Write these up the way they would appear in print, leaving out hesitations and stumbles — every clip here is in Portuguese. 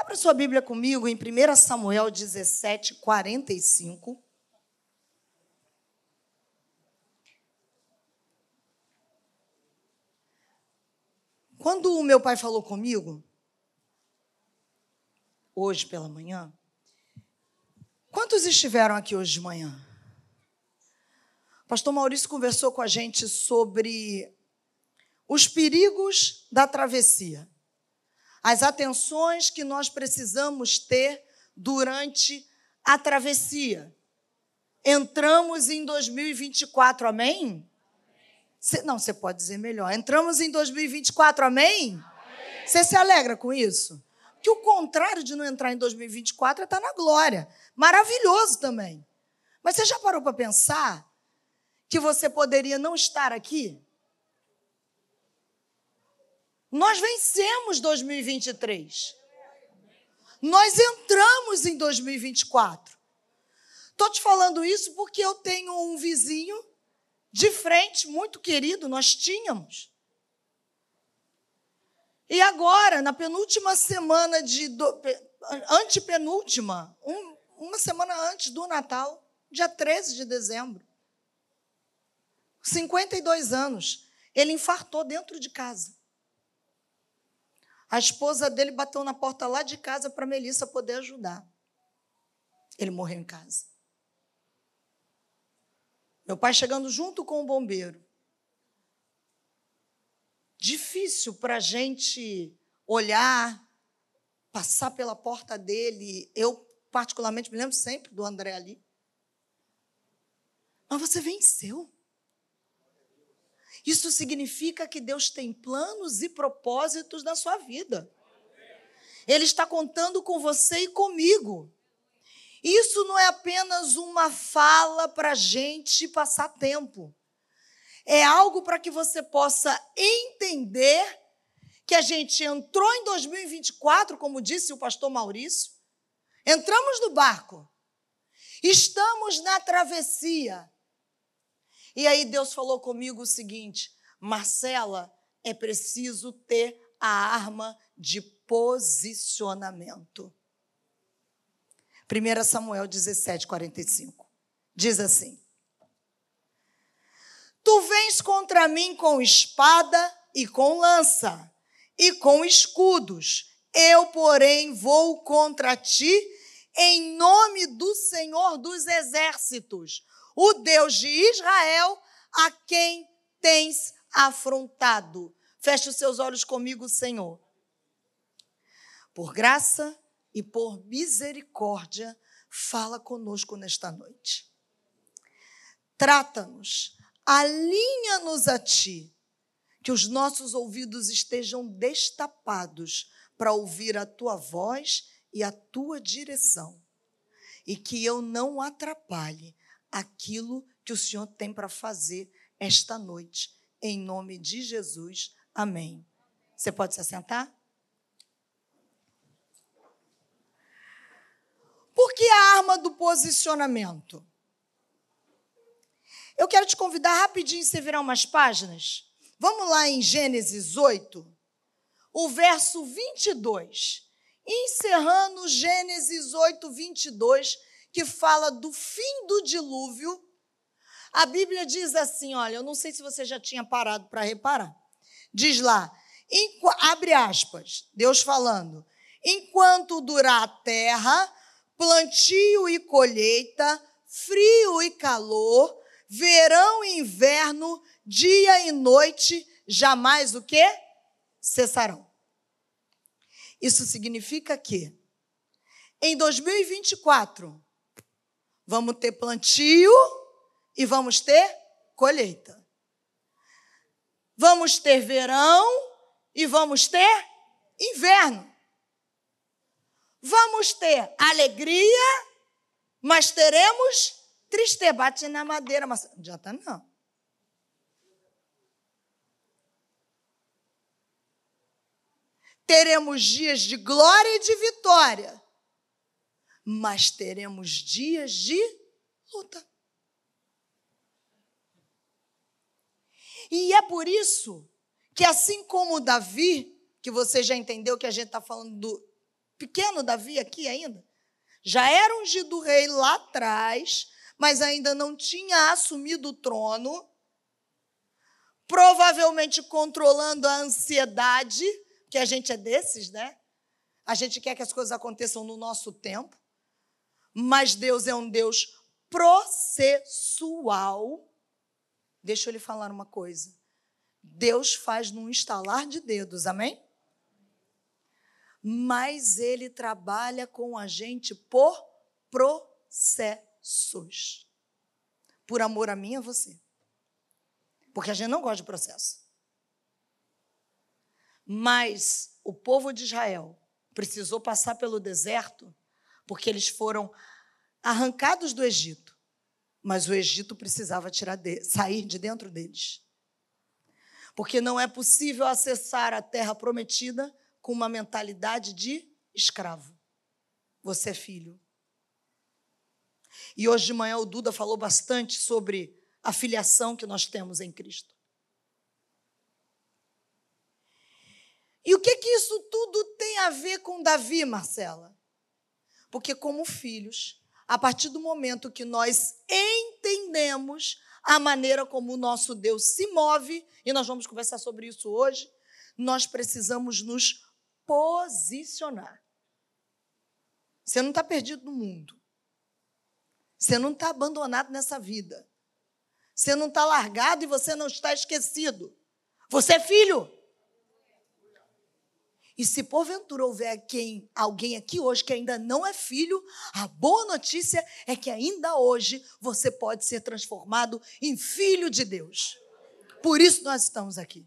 Abra sua Bíblia comigo em 1 Samuel 17, 45. Quando o meu pai falou comigo, hoje pela manhã, quantos estiveram aqui hoje de manhã? O pastor Maurício conversou com a gente sobre os perigos da travessia, as atenções que nós precisamos ter durante a travessia. Entramos em 2024, amém? Não, você pode dizer melhor. Entramos em 2024, amém? Amém. Você se alegra com isso? Porque o contrário de não entrar em 2024 é estar na glória. Maravilhoso também. Mas você já parou para pensar que você poderia não estar aqui? Nós vencemos 2023. Nós entramos em 2024. Estou te falando isso porque eu tenho um vizinho de frente, muito querido, nós tínhamos. E agora, na penúltima semana antepenúltima, uma semana antes do Natal, dia 13 de dezembro, 52 anos, ele infartou dentro de casa. A esposa dele bateu na porta lá de casa para a Melissa poder ajudar. Ele morreu em casa. Meu pai chegando junto com o bombeiro. Difícil para a gente olhar, passar pela porta dele. Eu, particularmente, me lembro sempre do André ali. Mas você venceu. Isso significa que Deus tem planos e propósitos na sua vida. Ele está contando com você e comigo. Isso não é apenas uma fala para a gente passar tempo. É algo para que você possa entender que a gente entrou em 2024, como disse o pastor Maurício, entramos no barco, estamos na travessia. E aí Deus falou comigo o seguinte: Marcela, é preciso ter a arma de posicionamento. 1 Samuel 17, 45. Diz assim: Tu vens contra mim com espada e com lança e com escudos. Eu, porém, vou contra ti em nome do Senhor dos Exércitos, o Deus de Israel, a quem tens afrontado. Feche os seus olhos comigo, Senhor. Por graça e por misericórdia, fala conosco nesta noite. Trata-nos, alinha-nos a ti, que os nossos ouvidos estejam destapados para ouvir a tua voz e a tua direção, e que eu não atrapalhe aquilo que o Senhor tem para fazer esta noite, em nome de Jesus, amém. Você pode se assentar? Por que a arma do posicionamento? Eu quero te convidar rapidinho a você virar umas páginas. Vamos lá em Gênesis 8, o verso 22. Encerrando Gênesis 8, 22, que fala do fim do dilúvio. A Bíblia diz assim, olha, eu não sei se você já tinha parado para reparar. Diz lá, abre aspas, Deus falando, enquanto durar a terra, plantio e colheita, frio e calor, verão e inverno, dia e noite, jamais o quê? Cessarão. Isso significa que em 2024 vamos ter plantio e vamos ter colheita. Vamos ter verão e vamos ter inverno. Vamos ter alegria, mas teremos tristeza. Bate na madeira, mas não adianta não. Teremos dias de glória e de vitória, mas teremos dias de luta. E é por isso que, assim como Davi, que você já entendeu que a gente está falando do pequeno Davi aqui ainda, já era ungido rei lá atrás, mas ainda não tinha assumido o trono, provavelmente controlando a ansiedade, que a gente é desses, né? A gente quer que as coisas aconteçam no nosso tempo, mas Deus é um Deus processual. Deixa eu lhe falar uma coisa. Deus faz num estalar de dedos, amém? Mas Ele trabalha com a gente por processos. Por amor a mim e a você. Porque a gente não gosta de processo. Mas o povo de Israel precisou passar pelo deserto porque eles foram arrancados do Egito. Mas o Egito precisava sair de dentro deles. Porque não é possível acessar a terra prometida com uma mentalidade de escravo. Você é filho. E hoje de manhã o Duda falou bastante sobre a filiação que nós temos em Cristo. E o que isso tudo tem a ver com Davi, Marcela? Porque como filhos, a partir do momento que nós entendemos a maneira como o nosso Deus se move, e nós vamos conversar sobre isso hoje, nós precisamos nos posicionar. Você não está perdido no mundo. Você não está abandonado nessa vida. Você não está largado e você não está esquecido. Você é filho. E se porventura houver alguém aqui hoje que ainda não é filho, a boa notícia é que ainda hoje você pode ser transformado em filho de Deus. Por isso nós estamos aqui.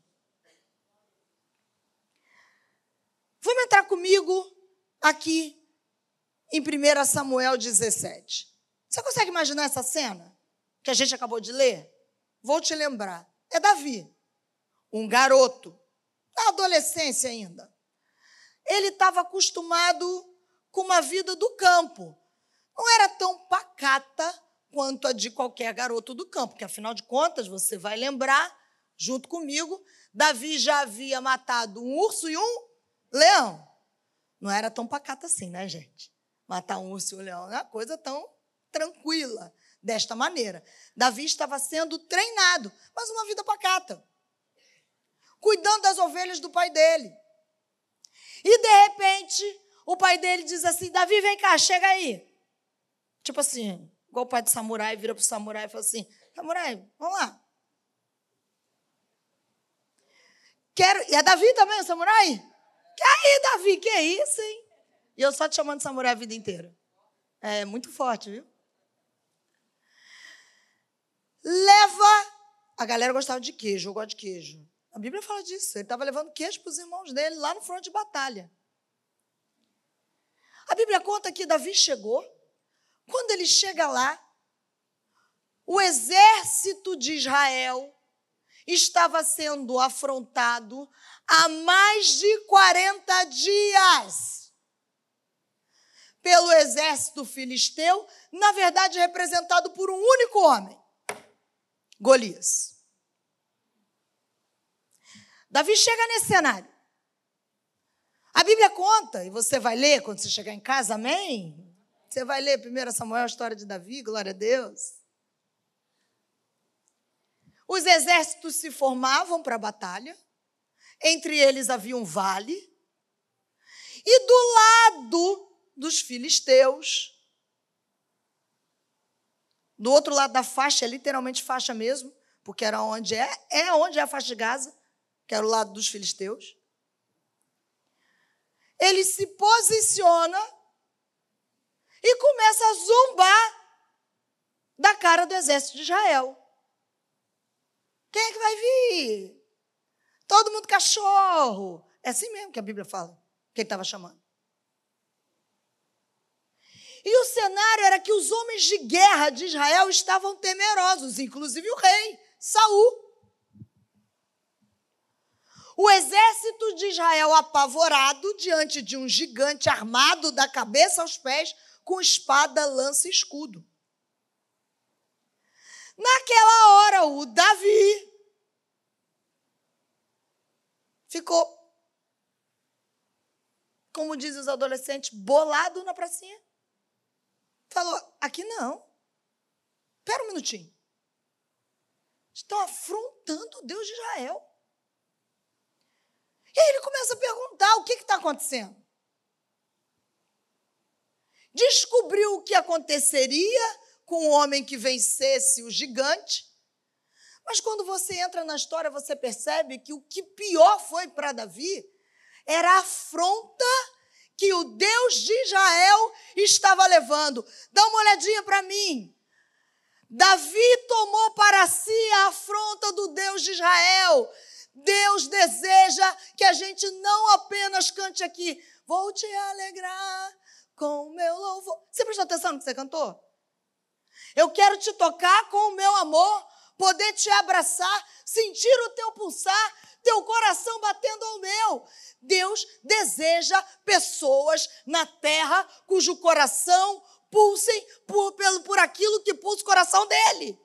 Vamos entrar comigo aqui em 1 Samuel 17. Você consegue imaginar essa cena que a gente acabou de ler? Vou te lembrar. É Davi, um garoto, na adolescência ainda. Ele estava acostumado com uma vida do campo. Não era tão pacata quanto a de qualquer garoto do campo, porque, afinal de contas, você vai lembrar, junto comigo, Davi já havia matado um urso e um leão. Não era tão pacata assim, né, gente? Matar um urso e um leão não é uma coisa tão tranquila desta maneira. Davi estava sendo treinado, mas uma vida pacata, cuidando das ovelhas do pai dele. E, de repente, o pai dele diz assim, Davi, vem cá, chega aí. Tipo assim, igual o pai do samurai, vira para o samurai e fala assim, samurai, vamos lá. E é Davi também, o samurai? Que aí, Davi, que é isso, hein? E eu só te chamando de samurai a vida inteira. É muito forte, viu? A galera gostava de queijo, eu gosto de queijo. A Bíblia fala disso. Ele estava levando queijo para os irmãos dele lá no fronte de batalha. A Bíblia conta que Davi chegou. Quando ele chega lá, o exército de Israel estava sendo afrontado há mais de 40 dias pelo exército filisteu, na verdade representado por um único homem, Golias. Davi chega nesse cenário. A Bíblia conta, e você vai ler quando você chegar em casa, amém? Você vai ler 1 Samuel, a história de Davi, glória a Deus. Os exércitos se formavam para a batalha, entre eles havia um vale, e do lado dos filisteus, do outro lado da faixa, literalmente faixa mesmo, porque era onde onde é a faixa de Gaza, que era o lado dos filisteus. Ele se posiciona e começa a zombar da cara do exército de Israel. Quem é que vai vir? Todo mundo cachorro. É assim mesmo que a Bíblia fala, que ele estava chamando. E o cenário era que os homens de guerra de Israel estavam temerosos, inclusive o rei, Saul. O exército de Israel apavorado diante de um gigante armado da cabeça aos pés com espada, lança e escudo. Naquela hora, o Davi ficou como dizem os adolescentes, bolado na pracinha. Falou, aqui não. Espera um minutinho. Estão afrontando o Deus de Israel. E aí ele começa a perguntar, o que está acontecendo? Descobriu o que aconteceria com o homem que vencesse o gigante. Mas quando você entra na história, você percebe que o que pior foi para Davi era a afronta que o Deus de Israel estava levando. Dá uma olhadinha para mim. Davi tomou para si a afronta do Deus de Israel. Deus deseja que a gente não apenas cante aqui, vou te alegrar com o meu louvor. Você prestou atenção no que você cantou? Eu quero te tocar com o meu amor, poder te abraçar, sentir o teu pulsar, teu coração batendo ao meu. Deus deseja pessoas na terra cujo coração pulsem por aquilo que pulsa o coração dele.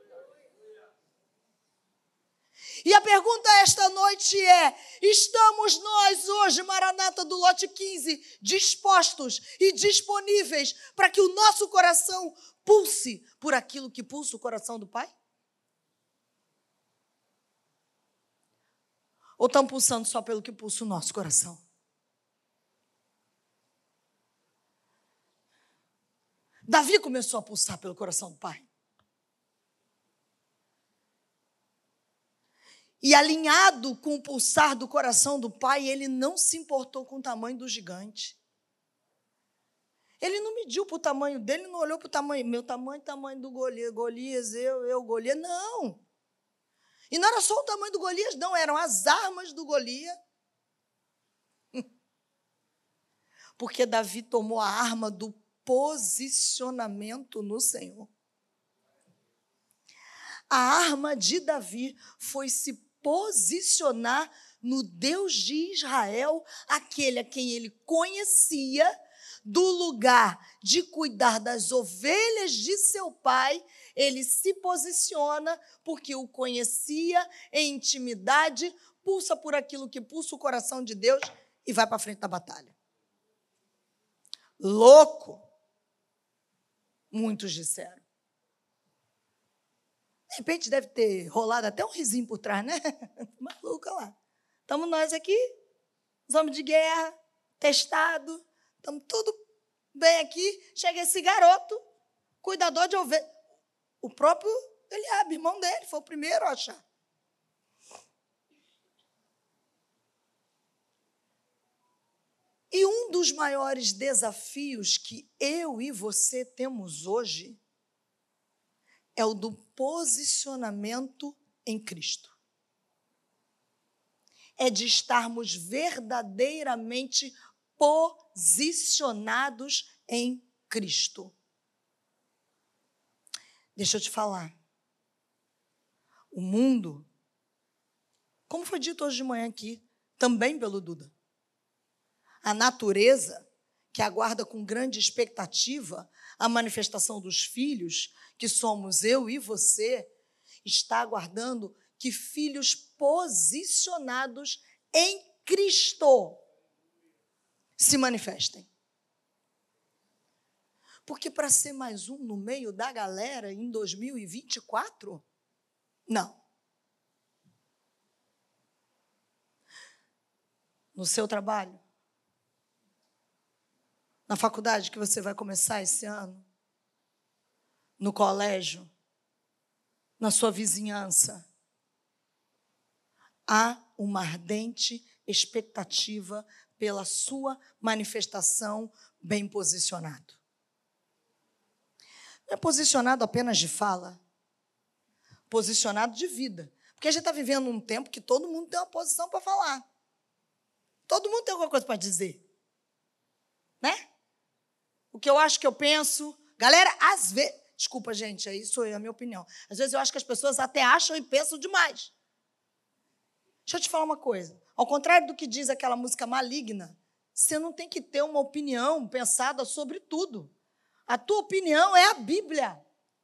E a pergunta esta noite é, estamos nós hoje, Maranata do lote 15, dispostos e disponíveis para que o nosso coração pulse por aquilo que pulsa o coração do Pai? Ou estão pulsando só pelo que pulsa o nosso coração? Davi começou a pulsar pelo coração do Pai. E alinhado com o pulsar do coração do Pai, ele não se importou com o tamanho do gigante. Ele não mediu para o tamanho dele, não olhou para o tamanho, meu tamanho do Golias, Golias, não. E não era só o tamanho do Golias, não, eram as armas do Golias. Porque Davi tomou a arma do posicionamento no Senhor. A arma de Davi foi se posicionar no Deus de Israel, aquele a quem ele conhecia, do lugar de cuidar das ovelhas de seu pai, ele se posiciona porque o conhecia em intimidade, pulsa por aquilo que pulsa o coração de Deus e vai para frente da batalha. Louco, muitos disseram. De repente deve ter rolado até um risinho por trás, né? Maluca lá. Estamos nós aqui, os homens de guerra, testado, estamos tudo bem aqui. Chega esse garoto, cuidador de ovelha. O próprio Eliabe, irmão dele, foi o primeiro a achar. E um dos maiores desafios que eu e você temos hoje é o do posicionamento em Cristo. É de estarmos verdadeiramente posicionados em Cristo. Deixa eu te falar. O mundo, como foi dito hoje de manhã aqui, também pelo Duda, a natureza, que aguarda com grande expectativa a manifestação dos filhos, que somos eu e você, está aguardando que filhos posicionados em Cristo se manifestem. Porque para ser mais um no meio da galera em 2024, não. No seu trabalho, na faculdade que você vai começar esse ano, no colégio, na sua vizinhança, há uma ardente expectativa pela sua manifestação bem posicionado. Não é posicionado apenas de fala, posicionado de vida. Porque a gente está vivendo um tempo que todo mundo tem uma posição para falar. Todo mundo tem alguma coisa para dizer. Né? O que eu acho que eu penso... Galera, às vezes... Desculpa, gente, isso é a minha opinião. Às vezes eu acho que as pessoas até acham e pensam demais. Deixa eu te falar uma coisa. Ao contrário do que diz aquela música Maligna, você não tem que ter uma opinião pensada sobre tudo. A tua opinião é a Bíblia.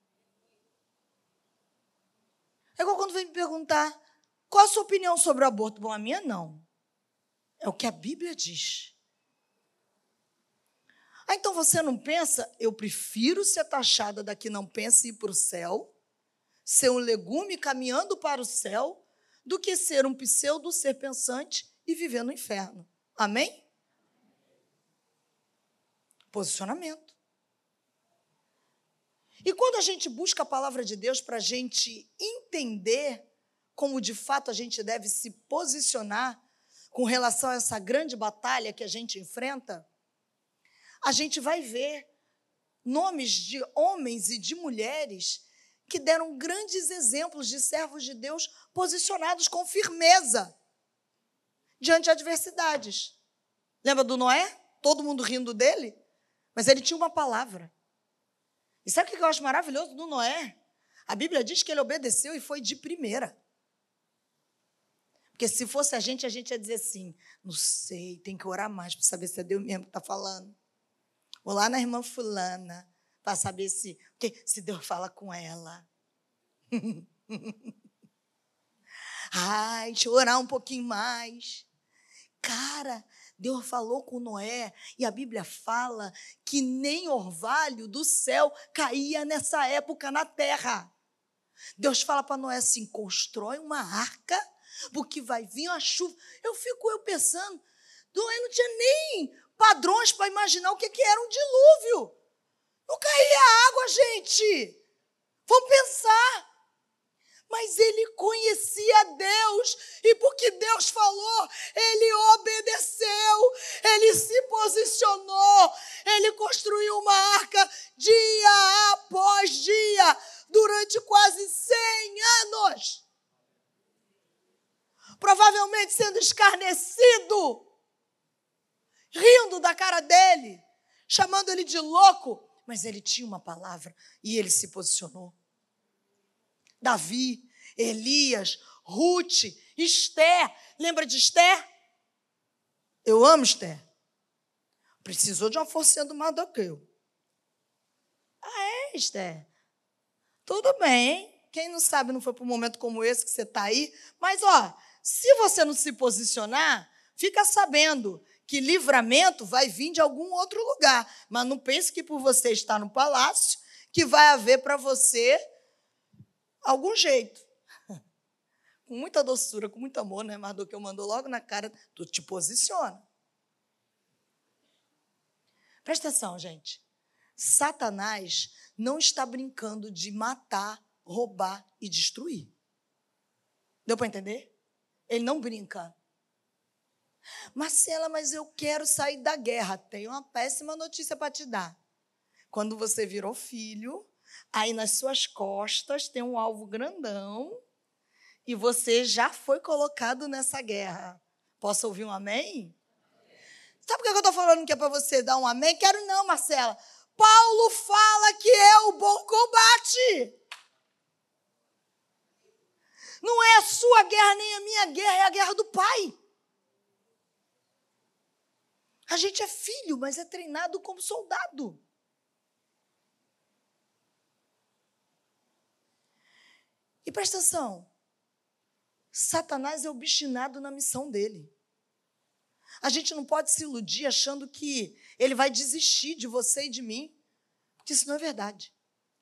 É igual quando vem me perguntar qual a sua opinião sobre o aborto. Bom, a minha não. É o que a Bíblia diz. Ah, então você não pensa, eu prefiro ser taxada da que não pensa e ir para o céu, ser um legume caminhando para o céu, do que ser um pseudo ser pensante e viver no inferno. Amém? Posicionamento. E quando a gente busca a palavra de Deus para a gente entender como de fato a gente deve se posicionar com relação a essa grande batalha que a gente enfrenta, a gente vai ver nomes de homens e de mulheres que deram grandes exemplos de servos de Deus posicionados com firmeza diante de adversidades. Lembra do Noé? Todo mundo rindo dele? Mas ele tinha uma palavra. E sabe o que eu acho maravilhoso do Noé? A Bíblia diz que ele obedeceu e foi de primeira. Porque se fosse a gente ia dizer assim, não sei, tem que orar mais para saber se é Deus mesmo que está falando. Vou lá na irmã fulana para saber se Deus fala com ela. Ai, deixa eu orar um pouquinho mais. Cara, Deus falou com Noé e a Bíblia fala que nem orvalho do céu caía nessa época na terra. Deus fala para Noé assim, constrói uma arca, porque vai vir uma chuva. Eu fico pensando, Noé não tinha nem padrões para imaginar o que era um dilúvio. Não caía água, gente. Vamos pensar. Mas ele conhecia Deus, e porque Deus falou, ele obedeceu, ele se posicionou, ele construiu uma arca dia após dia, durante quase 100 anos. Provavelmente sendo escarnecido, rindo da cara dele, chamando ele de louco, mas ele tinha uma palavra e ele se posicionou. Davi, Elias, Ruth, Esther. Lembra de Esther? Eu amo Esther. Precisou de uma forcinha do Mardoqueu. Ah, é, Esther? Tudo bem. Quem não sabe, não foi para um momento como esse que você está aí. Mas, se você não se posicionar, fica sabendo que livramento vai vir de algum outro lugar. Mas não pense que por você estar no palácio, que vai haver para você algum jeito. Com muita doçura, com muito amor, né? Mardoqueu mandou logo na cara, tu te posiciona. Presta atenção, gente. Satanás não está brincando de matar, roubar e destruir. Deu para entender? Ele não brinca. Marcela, mas eu quero sair da guerra. Tenho uma péssima notícia para te dar. Quando você virou filho, aí nas suas costas tem um alvo grandão e você já foi colocado nessa guerra. Posso ouvir um amém? Sabe por que eu estou falando que é para você dar um amém? Quero não, Marcela. Paulo fala que é o bom combate. Não é a sua guerra nem a minha guerra, é a guerra do Pai. A gente é filho, mas é treinado como soldado. E presta atenção, Satanás é obstinado na missão dele. A gente não pode se iludir achando que ele vai desistir de você e de mim, porque isso não é verdade.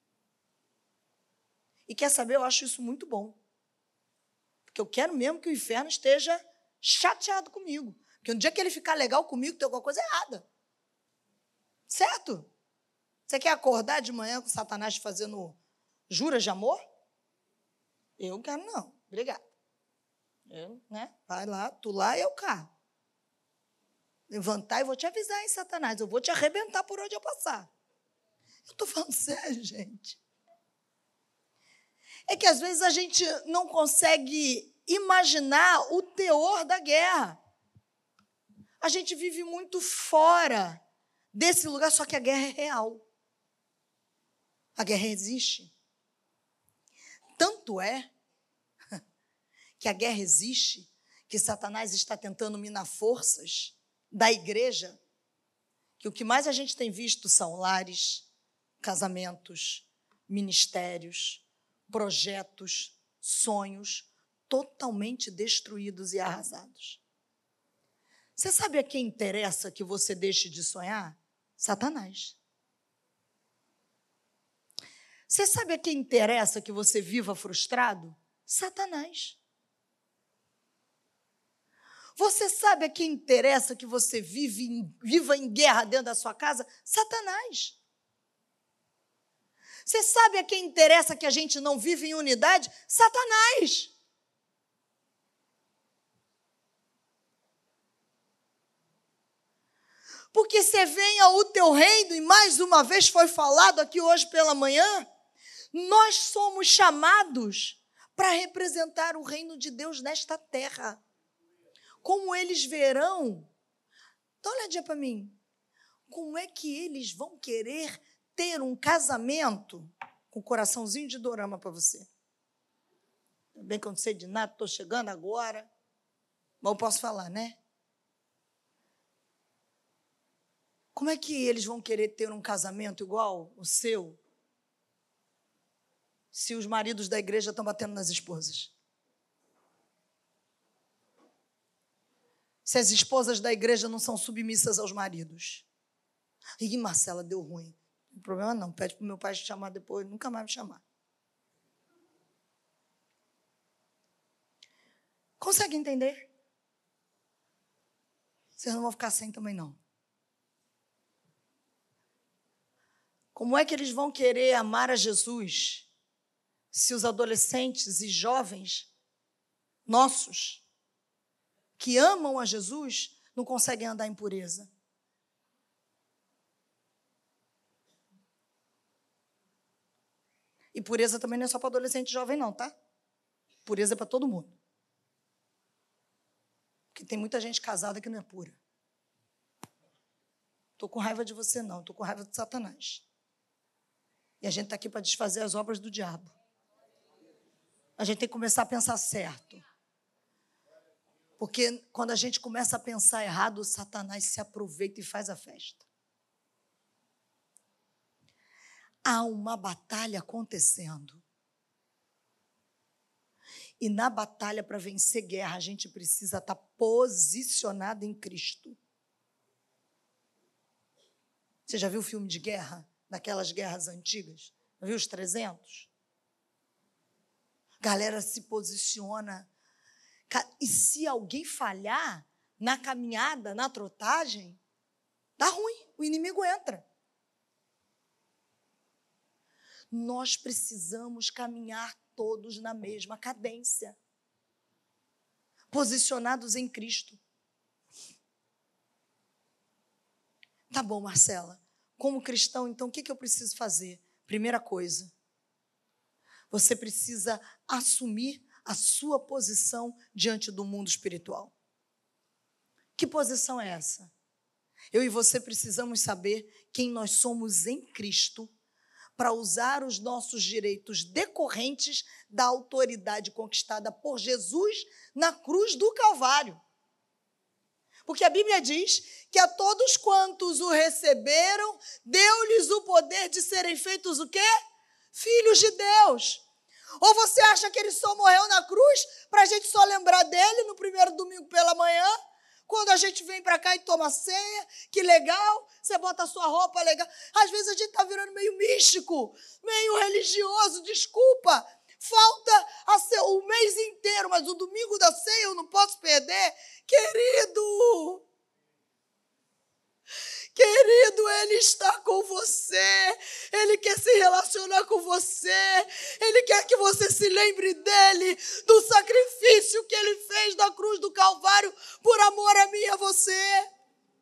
E quer saber, eu acho isso muito bom. Porque eu quero mesmo que o inferno esteja chateado comigo. Porque no dia que ele ficar legal comigo, tem alguma coisa errada. Certo? Você quer acordar de manhã com Satanás fazendo juras de amor? Eu quero não, obrigada. Vai lá, tu lá e eu cá. Levantar e vou te avisar, hein, Satanás? Eu vou te arrebentar por onde eu passar. Eu estou falando sério, gente. É que às vezes a gente não consegue imaginar o teor da guerra. A gente vive muito fora desse lugar, só que a guerra é real. A guerra existe. Tanto é que a guerra existe, que Satanás está tentando minar forças da igreja, que o que mais a gente tem visto são lares, casamentos, ministérios, projetos, sonhos totalmente destruídos e arrasados. Você sabe a quem interessa que você deixe de sonhar? Satanás. Você sabe a quem interessa que você viva frustrado? Satanás. Você sabe a quem interessa que você viva em guerra dentro da sua casa? Satanás. Você sabe a quem interessa que a gente não vive em unidade? Satanás. Porque se venha o teu reino, e mais uma vez foi falado aqui hoje pela manhã, nós somos chamados para representar o reino de Deus nesta terra. Como eles verão, dá uma olhadinha para mim, como é que eles vão querer ter um casamento com um coraçãozinho de dorama para você? Bem que eu não sei de nada, estou chegando agora, mas eu posso falar, né? Como é que eles vão querer ter um casamento igual o seu, se os maridos da igreja estão batendo nas esposas? Se as esposas da igreja não são submissas aos maridos? E Marcela, deu ruim. Não tem problema não, pede para o meu pai te chamar depois, nunca mais me chamar. Consegue entender? Vocês não vão ficar sem também não. Como é que eles vão querer amar a Jesus se os adolescentes e jovens nossos que amam a Jesus não conseguem andar em pureza? E pureza também não é só para adolescente e jovem não, tá? Pureza é para todo mundo. Porque tem muita gente casada que não é pura. Estou com raiva de você não, estou com raiva de Satanás. E a gente está aqui para desfazer as obras do diabo. A gente tem que começar a pensar certo. Porque quando a gente começa a pensar errado, o Satanás se aproveita e faz a festa. Há uma batalha acontecendo. E na batalha, para vencer guerra, a gente precisa estar posicionado em Cristo. Você já viu filme de guerra? Daquelas guerras antigas? Já viu os 300? Galera se posiciona. E se alguém falhar na caminhada, na trotagem, dá ruim, o inimigo entra. Nós precisamos caminhar todos na mesma cadência, posicionados em Cristo. Tá bom, Marcela. Como cristão, então, o que eu preciso fazer? Primeira coisa, você precisa assumir a sua posição diante do mundo espiritual. Que posição é essa? Eu e você precisamos saber quem nós somos em Cristo para usar os nossos direitos decorrentes da autoridade conquistada por Jesus na cruz do Calvário. Porque a Bíblia diz que a todos quantos o receberam, deu-lhes o poder de serem feitos o quê? Filhos de Deus. Ou você acha que ele só morreu na cruz para a gente só lembrar dele no primeiro domingo pela manhã? Quando a gente vem para cá e toma ceia, que legal, você bota a sua roupa legal. Às vezes a gente está virando meio místico, meio religioso, desculpa. Falta o mês inteiro, mas o domingo da ceia eu não posso perder. Querido, Ele está com você, Ele quer se relacionar com você, Ele quer que você se lembre dEle, do sacrifício que Ele fez na cruz do Calvário por amor a mim e a você.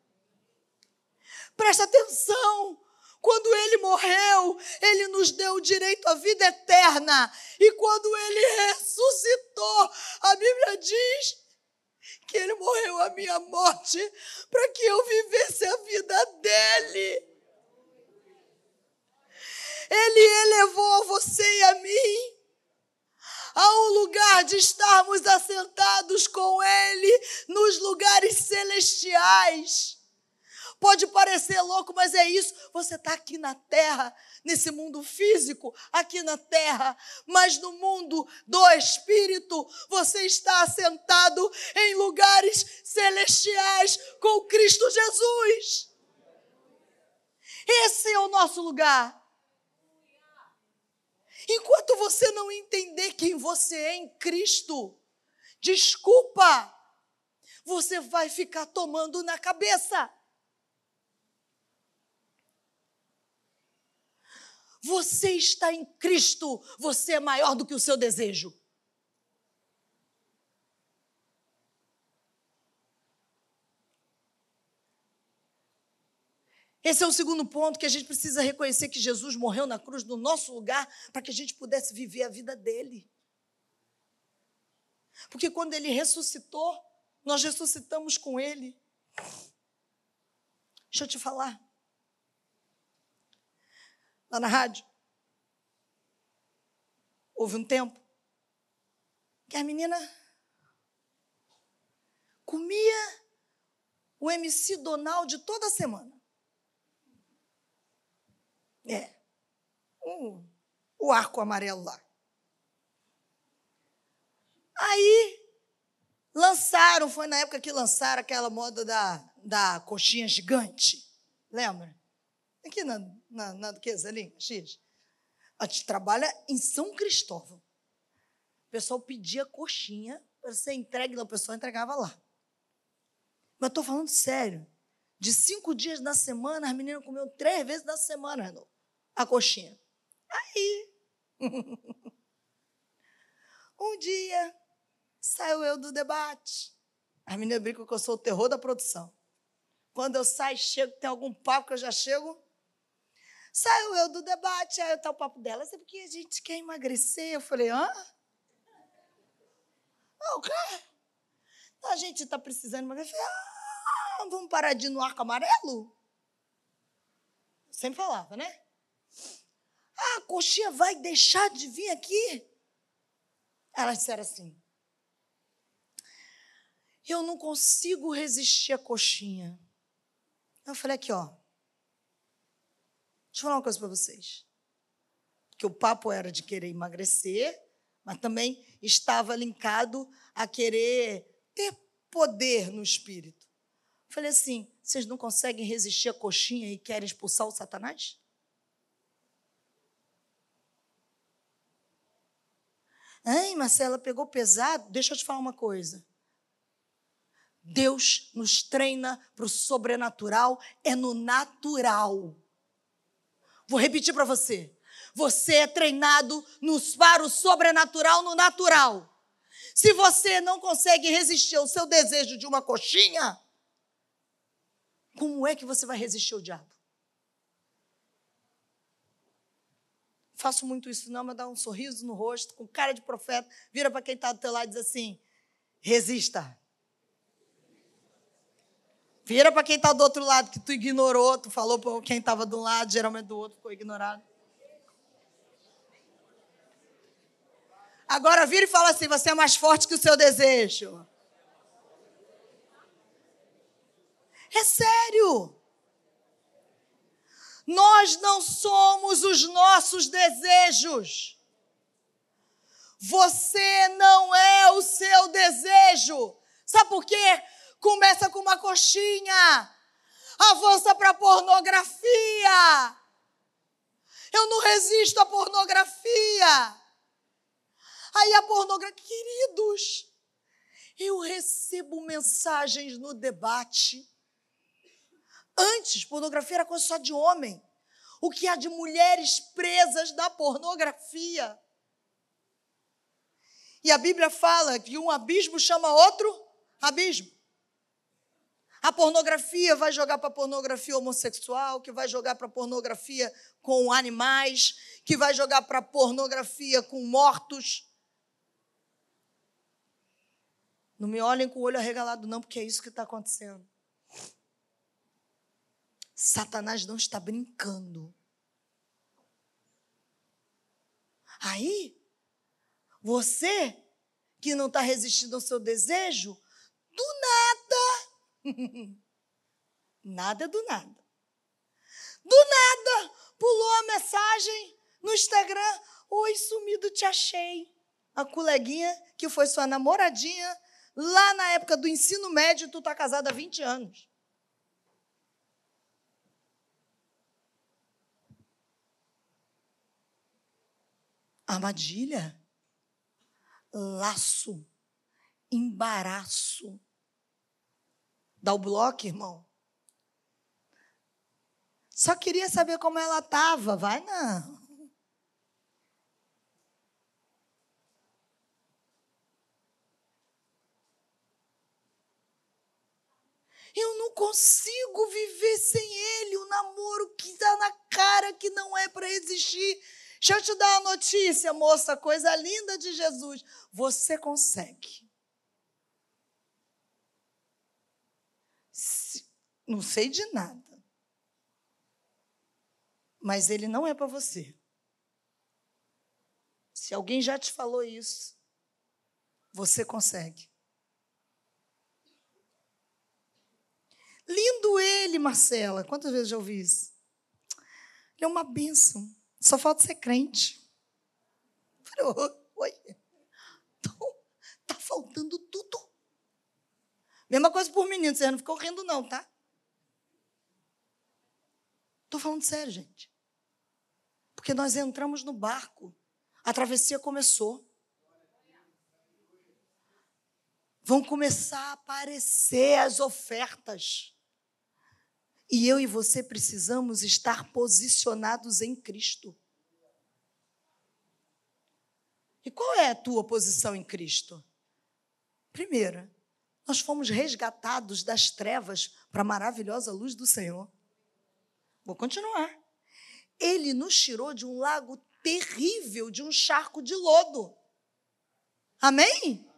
Presta atenção, quando Ele morreu, Ele nos deu o direito à vida eterna, e quando Ele ressuscitou, a Bíblia diz que Ele morreu a minha morte para que eu vivesse a vida dEle. Ele elevou você e a mim a um lugar de estarmos assentados com Ele nos lugares celestiais. Pode parecer louco, mas é isso. Você está aqui na terra, nesse mundo físico, aqui na terra, mas no mundo do Espírito, você está assentado em lugares celestiais com Cristo Jesus. o nosso lugar. Enquanto você não entender quem você é em Cristo, desculpa, você vai ficar tomando na cabeça. Você está em Cristo, você é maior do que o seu desejo. Esse é o segundo ponto, que a gente precisa reconhecer que Jesus morreu na cruz no nosso lugar para que a gente pudesse viver a vida dele. Porque quando ele ressuscitou, nós ressuscitamos com ele. Deixa eu te falar. Lá na rádio, houve um tempo que a menina comia o MC Donald toda semana. O arco amarelo lá. Aí, foi na época que lançaram aquela moda da coxinha gigante. Lembra? Aqui na Duquesa, ali, X. A gente trabalha em São Cristóvão. O pessoal pedia coxinha para ser entregue, o pessoal entregava lá. Mas estou falando sério. De 5 dias na semana, as meninas comiam 3 vezes na semana, Renato, a coxinha. Aí, um dia, saiu eu do debate. As meninas brincam que eu sou o terror da produção. Quando eu saio, chego, tem algum papo que eu já chego. Saiu eu do debate, aí está o papo dela. É porque a gente quer emagrecer. Eu falei, hã? O quê? A gente está precisando emagrecer. Vamos parar de ir no arco amarelo? Sempre falava, né? A coxinha vai deixar de vir aqui? Elas disseram assim, eu não consigo resistir à coxinha. Eu falei aqui, ó. Deixa eu falar uma coisa para vocês. Que o papo era de querer emagrecer, mas também estava linkado a querer ter poder no espírito. Eu falei assim, vocês não conseguem resistir à coxinha e querem expulsar o Satanás? Ai, Marcela, pegou pesado? Deixa eu te falar uma coisa. Deus nos treina para o sobrenatural, é no natural. Vou repetir para você. Você é treinado para o sobrenatural no natural. Se você não consegue resistir ao seu desejo de uma coxinha, como é que você vai resistir ao diabo? Faço muito isso não, mas dá um sorriso no rosto, com cara de profeta, vira para quem está do teu lado e diz assim, resista. Vira para quem está do outro lado, que tu ignorou, tu falou para quem estava de um lado, geralmente do outro ficou ignorado. Agora vira e fala assim, você é mais forte que o seu desejo. É sério. Nós não somos os nossos desejos. Você não é o seu desejo. Sabe por quê? Começa com uma coxinha, avança para a pornografia. Eu não resisto à pornografia. Aí a pornografia, queridos, eu recebo mensagens no debate. Antes, pornografia era coisa só de homem. O que há de mulheres presas na pornografia? E a Bíblia fala que um abismo chama outro abismo. A pornografia vai jogar para a pornografia homossexual, que vai jogar para a pornografia com animais, que vai jogar para a pornografia com mortos. Não me olhem com o olho arregalado, não, porque é isso que está acontecendo. Satanás não está brincando. Aí, você que não está resistindo ao seu desejo, do nada, nada do nada. Do nada, pulou a mensagem no Instagram, oi, sumido, te achei. A coleguinha que foi sua namoradinha, lá na época do ensino médio, tu está casada há 20 anos. armadilha, laço, embaraço. Dá o bloco, irmão. Só queria saber como ela estava. Vai não. Eu não consigo viver sem ele. O namoro que está na cara que não é para existir. Deixa eu te dar uma notícia, moça, coisa linda de Jesus. Você consegue. Não sei de nada. Mas ele não é para você. Se alguém já te falou isso, você consegue. Lindo ele, Marcela. Quantas vezes já ouvi isso? Ele é uma bênção. Só falta ser crente. Oi. Então, tá faltando tudo. Mesma coisa por menino. Você não ficou rindo não, tá? Estou falando sério, gente. Porque nós entramos no barco. A travessia começou. Vão começar a aparecer as ofertas. E eu e você precisamos estar posicionados em Cristo. E qual é a tua posição em Cristo? Primeira, nós fomos resgatados das trevas para a maravilhosa luz do Senhor. Vou continuar. Ele nos tirou de um lago terrível, de um charco de lodo. Amém?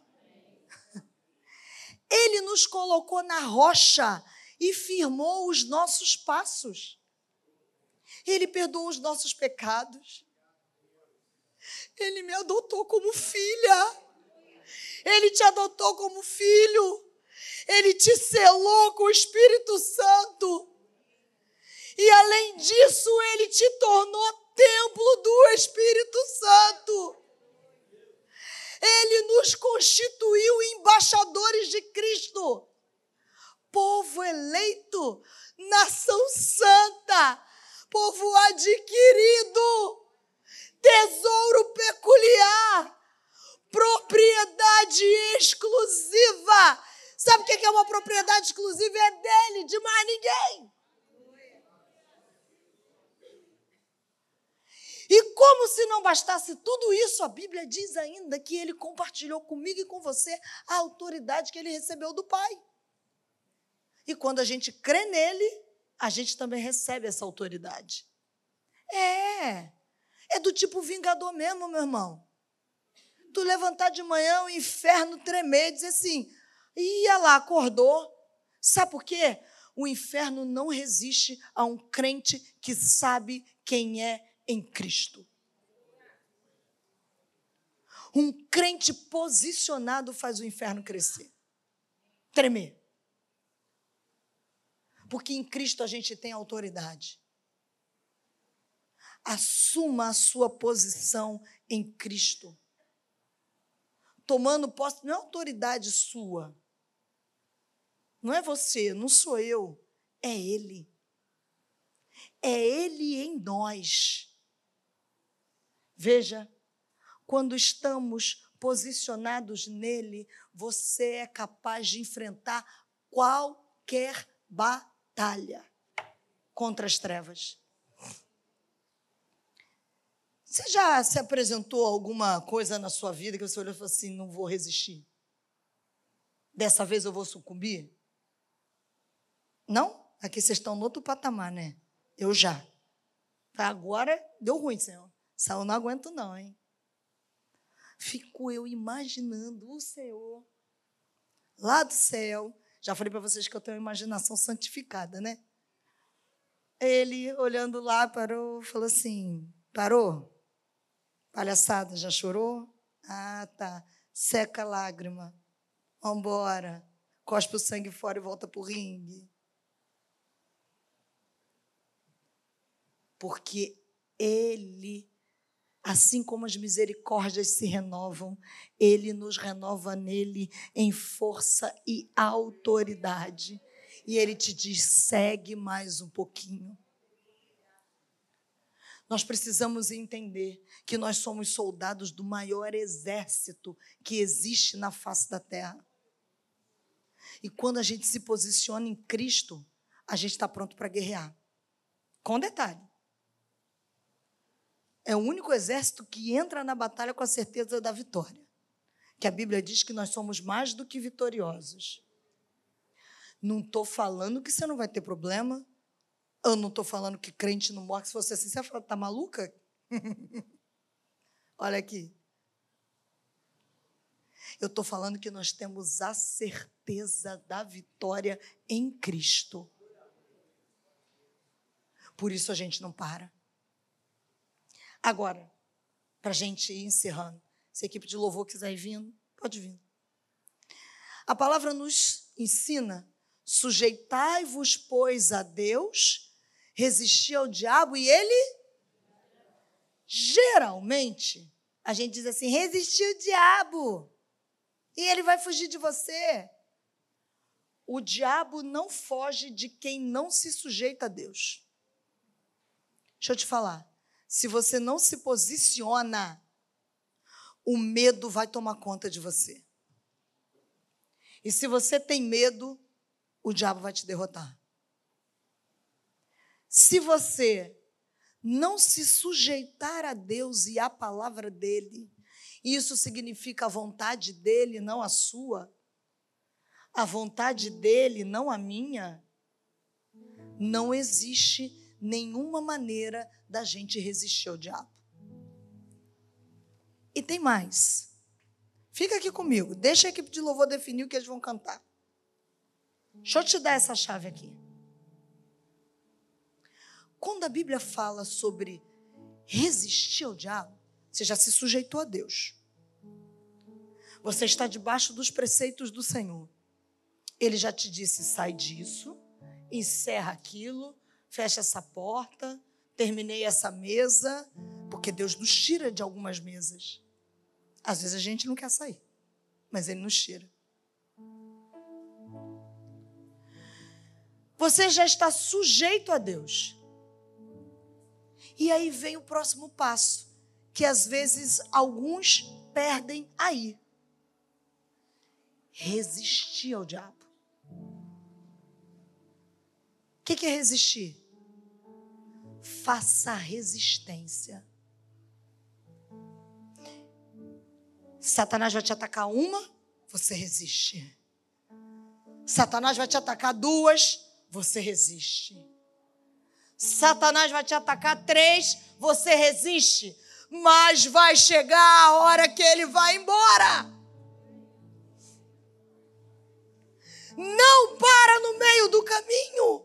Ele nos colocou na rocha e firmou os nossos passos. Ele perdoou os nossos pecados. Ele me adotou como filha. Ele te adotou como filho. Ele te selou com o Espírito Santo. E, além disso, ele te tornou templo do Espírito Santo. Ele nos constituiu embaixadores de Cristo. Povo eleito, nação santa, povo adquirido, tesouro peculiar, propriedade exclusiva. Sabe o que é uma propriedade exclusiva? É dele, de mais ninguém. E como se não bastasse tudo isso, a Bíblia diz ainda que ele compartilhou comigo e com você a autoridade que ele recebeu do Pai. E quando a gente crê nele, a gente também recebe essa autoridade. É do tipo vingador mesmo, meu irmão. Tu levantar de manhã, o inferno tremer e dizer assim, ia lá, acordou. Sabe por quê? O inferno não resiste a um crente que sabe quem é em Cristo. Um crente posicionado faz o inferno crescer, tremer. Porque em Cristo a gente tem autoridade. Assuma a sua posição em Cristo. Tomando posse, não é autoridade sua. Não é você, não sou eu, é Ele. É Ele em nós. Veja, quando estamos posicionados nele, você é capaz de enfrentar qualquer batalha contra as trevas. Você já se apresentou alguma coisa na sua vida que você olhou e falou assim, não vou resistir? Dessa vez eu vou sucumbir? Não? Aqui vocês estão no outro patamar, né? Eu já. Agora deu ruim, Senhor. Eu não aguento não, hein? Fico eu imaginando o Senhor lá do céu. Já falei para vocês que eu tenho uma imaginação santificada, né? Ele, olhando lá, parou, falou assim, parou? Palhaçada, já chorou? Ah, tá. Seca a lágrima. Vambora. Cospe o sangue fora e volta para o ringue. Porque Ele, assim como as misericórdias se renovam, Ele nos renova nele em força e autoridade. E Ele te diz, segue mais um pouquinho. Nós precisamos entender que nós somos soldados do maior exército que existe na face da terra. E quando a gente se posiciona em Cristo, a gente está pronto para guerrear. Com detalhe. É o único exército que entra na batalha com a certeza da vitória. Que a Bíblia diz que nós somos mais do que vitoriosos. Não estou falando que você não vai ter problema. Eu não estou falando que crente não morre. Se fosse assim, você vai falar, está maluca? Olha aqui. Eu estou falando que nós temos a certeza da vitória em Cristo. Por isso a gente não para. Agora, para a gente ir encerrando, se a equipe de louvor quiser ir vindo, pode vir. A palavra nos ensina: sujeitai-vos, pois, a Deus, resistir ao diabo e ele, geralmente, a gente diz assim, resistir ao diabo e ele vai fugir de você. O diabo não foge de quem não se sujeita a Deus. Deixa eu te falar, se você não se posiciona, o medo vai tomar conta de você. E se você tem medo, o diabo vai te derrotar. Se você não se sujeitar a Deus e à palavra dele, isso significa a vontade dele, não a sua, a vontade dele, não a minha, não existe nenhuma maneira da gente resistir ao diabo. E tem mais. Fica aqui comigo, deixa a equipe de louvor definir o que eles vão cantar. Deixa eu te dar essa chave aqui. Quando a Bíblia fala sobre resistir ao diabo, você já se sujeitou a Deus. Você está debaixo dos preceitos do Senhor. Ele já te disse, sai disso, encerra aquilo, fecha essa porta, terminei essa mesa, porque Deus nos tira de algumas mesas. Às vezes a gente não quer sair, mas Ele nos tira. Você já está sujeito a Deus. E aí vem o próximo passo, que às vezes alguns perdem aí. Resistir ao diabo. O que é resistir? Faça resistência. Satanás vai te atacar uma, você resiste. Satanás vai te atacar duas, você resiste. Satanás vai te atacar 3, você resiste. Mas vai chegar a hora que ele vai embora. Não para no meio do caminho.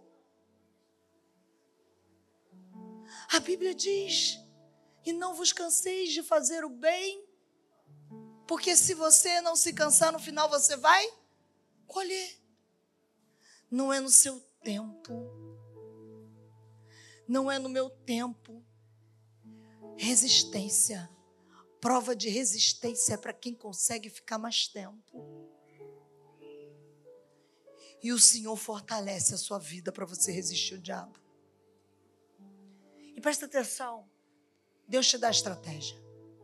A Bíblia diz, e não vos canseis de fazer o bem, porque se você não se cansar, no final você vai colher. Não é no seu tempo. Não é no meu tempo. Resistência. Prova de resistência é para quem consegue ficar mais tempo. E o Senhor fortalece a sua vida para você resistir ao diabo. E presta atenção. Deus te dá estratégia.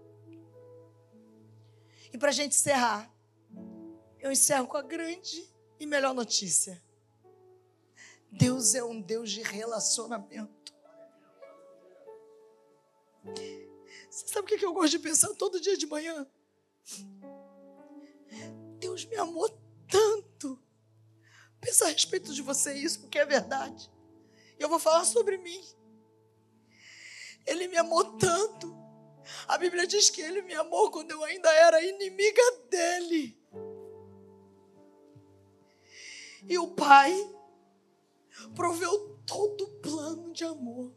E para a gente encerrar, eu encerro com a grande e melhor notícia. Deus é um Deus de relacionamento. Você sabe o que eu gosto de pensar todo dia de manhã? Deus me amou tanto. Pensa a respeito de você isso, porque é verdade. Eu vou falar sobre mim. Ele me amou tanto. A Bíblia diz que Ele me amou quando eu ainda era inimiga dEle. E o Pai proveu todo o plano de amor.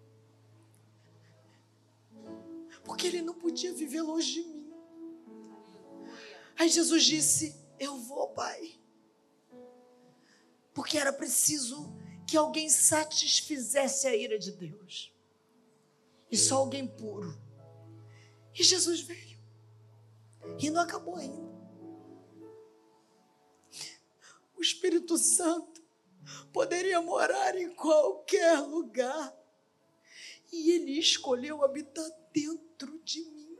Porque Ele não podia viver longe de mim. Aí Jesus disse, eu vou, Pai. Porque era preciso que alguém satisfizesse a ira de Deus. E só alguém puro. E Jesus veio. E não acabou ainda. O Espírito Santo poderia morar em qualquer lugar. E Ele escolheu habitar dentro de mim.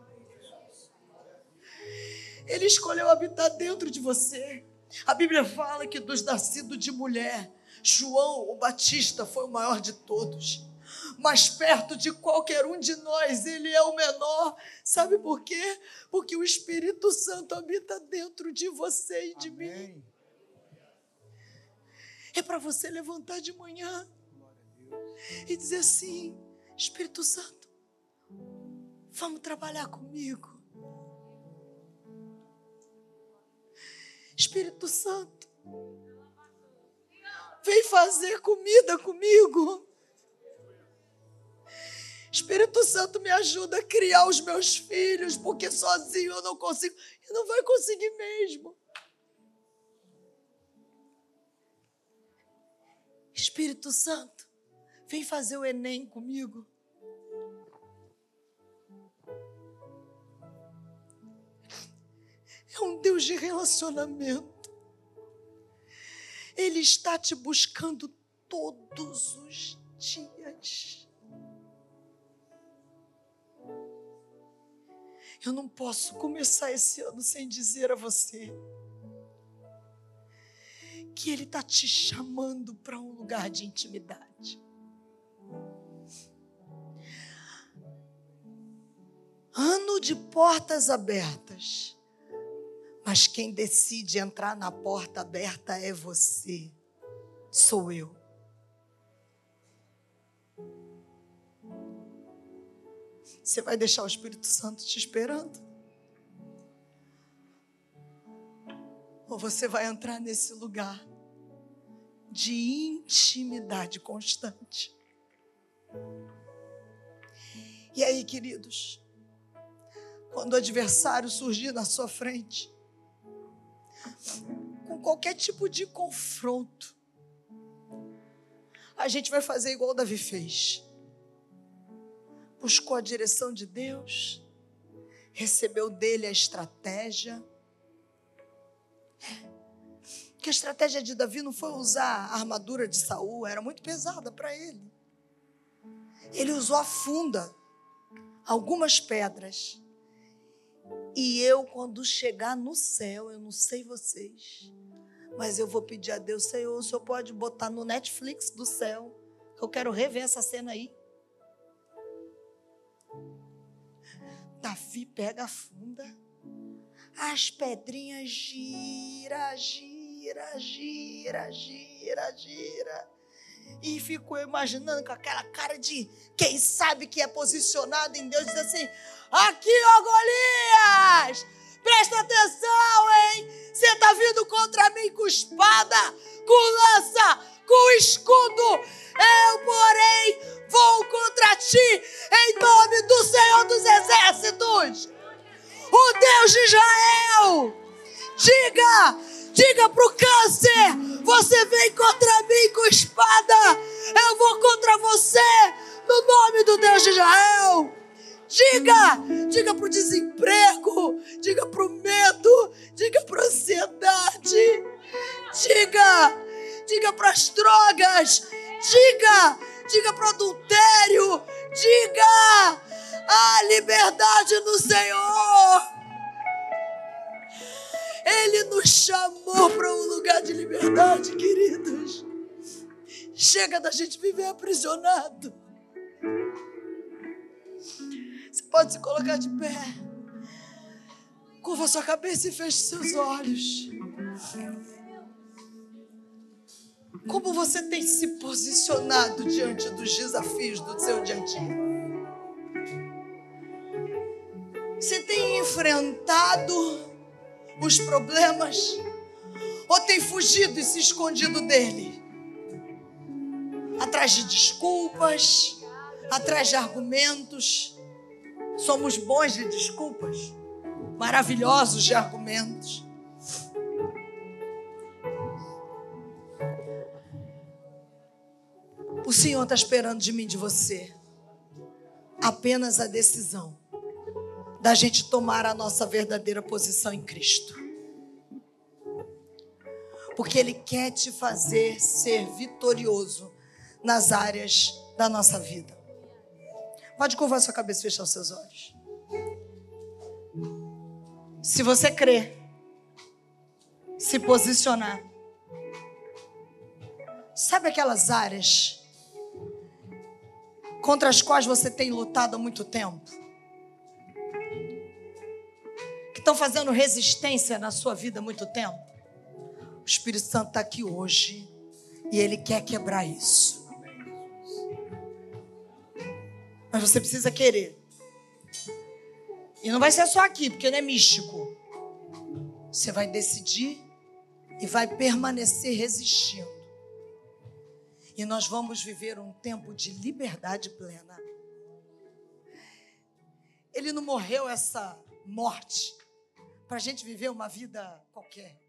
Ele escolheu habitar dentro de você. A Bíblia fala que dos nascidos de mulher, João, o Batista, foi o maior de todos. Mas perto de qualquer um de nós, ele é o menor. Sabe por quê? Porque o Espírito Santo habita dentro de você e de mim. É para você levantar de manhã e dizer assim: Espírito Santo, vamos trabalhar comigo. Espírito Santo, vem fazer comida comigo. Espírito Santo, me ajuda a criar os meus filhos, porque sozinho eu não consigo. E não vai conseguir mesmo. Espírito Santo, vem fazer o Enem comigo. É um Deus de relacionamento. Ele está te buscando todos os dias. Eu não posso começar esse ano sem dizer a você que Ele está te chamando para um lugar de intimidade. Ano de portas abertas. Mas quem decide entrar na porta aberta é você, sou eu. Você vai deixar o Espírito Santo te esperando? Ou você vai entrar nesse lugar de intimidade constante? E aí, queridos, quando o adversário surgir na sua frente, com qualquer tipo de confronto, a gente vai fazer igual Davi fez. Buscou a direção de Deus, recebeu dele a estratégia. Que a estratégia de Davi não foi usar a armadura de Saul, era muito pesada para ele. Ele usou a funda, algumas pedras. E eu, quando chegar no céu, eu não sei vocês, mas eu vou pedir a Deus: Senhor, o Senhor pode botar no Netflix do céu, que eu quero rever essa cena aí. Davi pega a funda, as pedrinhas gira, e ficou imaginando com aquela cara de quem sabe que é posicionado em Deus, diz assim: aqui, ó Golias, presta atenção, hein? Você está vindo contra mim com espada, com lança, com escudo. Eu, porém, vou contra ti em nome do Senhor dos Exércitos, o Deus de Israel. Diga para o câncer: você vem contra mim com espada, eu vou contra você no nome do Deus de Israel. Diga para o desemprego, diga para o medo, diga para a ansiedade, diga para as drogas, diga para o adultério, diga a liberdade no Senhor. Ele nos chamou para um lugar de liberdade, queridos. Chega da gente viver aprisionado. Você pode se colocar de pé. Curva sua cabeça e feche seus olhos. Como você tem se posicionado diante dos desafios do seu dia a dia? Você tem enfrentado os problemas ou tem fugido e se escondido dele? Atrás de desculpas, atrás de argumentos. Somos bons de desculpas, maravilhosos de argumentos. O Senhor está esperando de mim, de você, apenas a decisão da gente tomar a nossa verdadeira posição em Cristo. Porque Ele quer te fazer ser vitorioso nas áreas da nossa vida. Pode curvar sua cabeça e fechar os seus olhos. Se você crê, se posicionar. Sabe aquelas áreas contra as quais você tem lutado há muito tempo? Que estão fazendo resistência na sua vida há muito tempo? O Espírito Santo está aqui hoje e Ele quer quebrar isso. Mas você precisa querer. E não vai ser só aqui, porque não é místico. Você vai decidir e vai permanecer resistindo. E nós vamos viver um tempo de liberdade plena. Ele não morreu essa morte para a gente viver uma vida qualquer.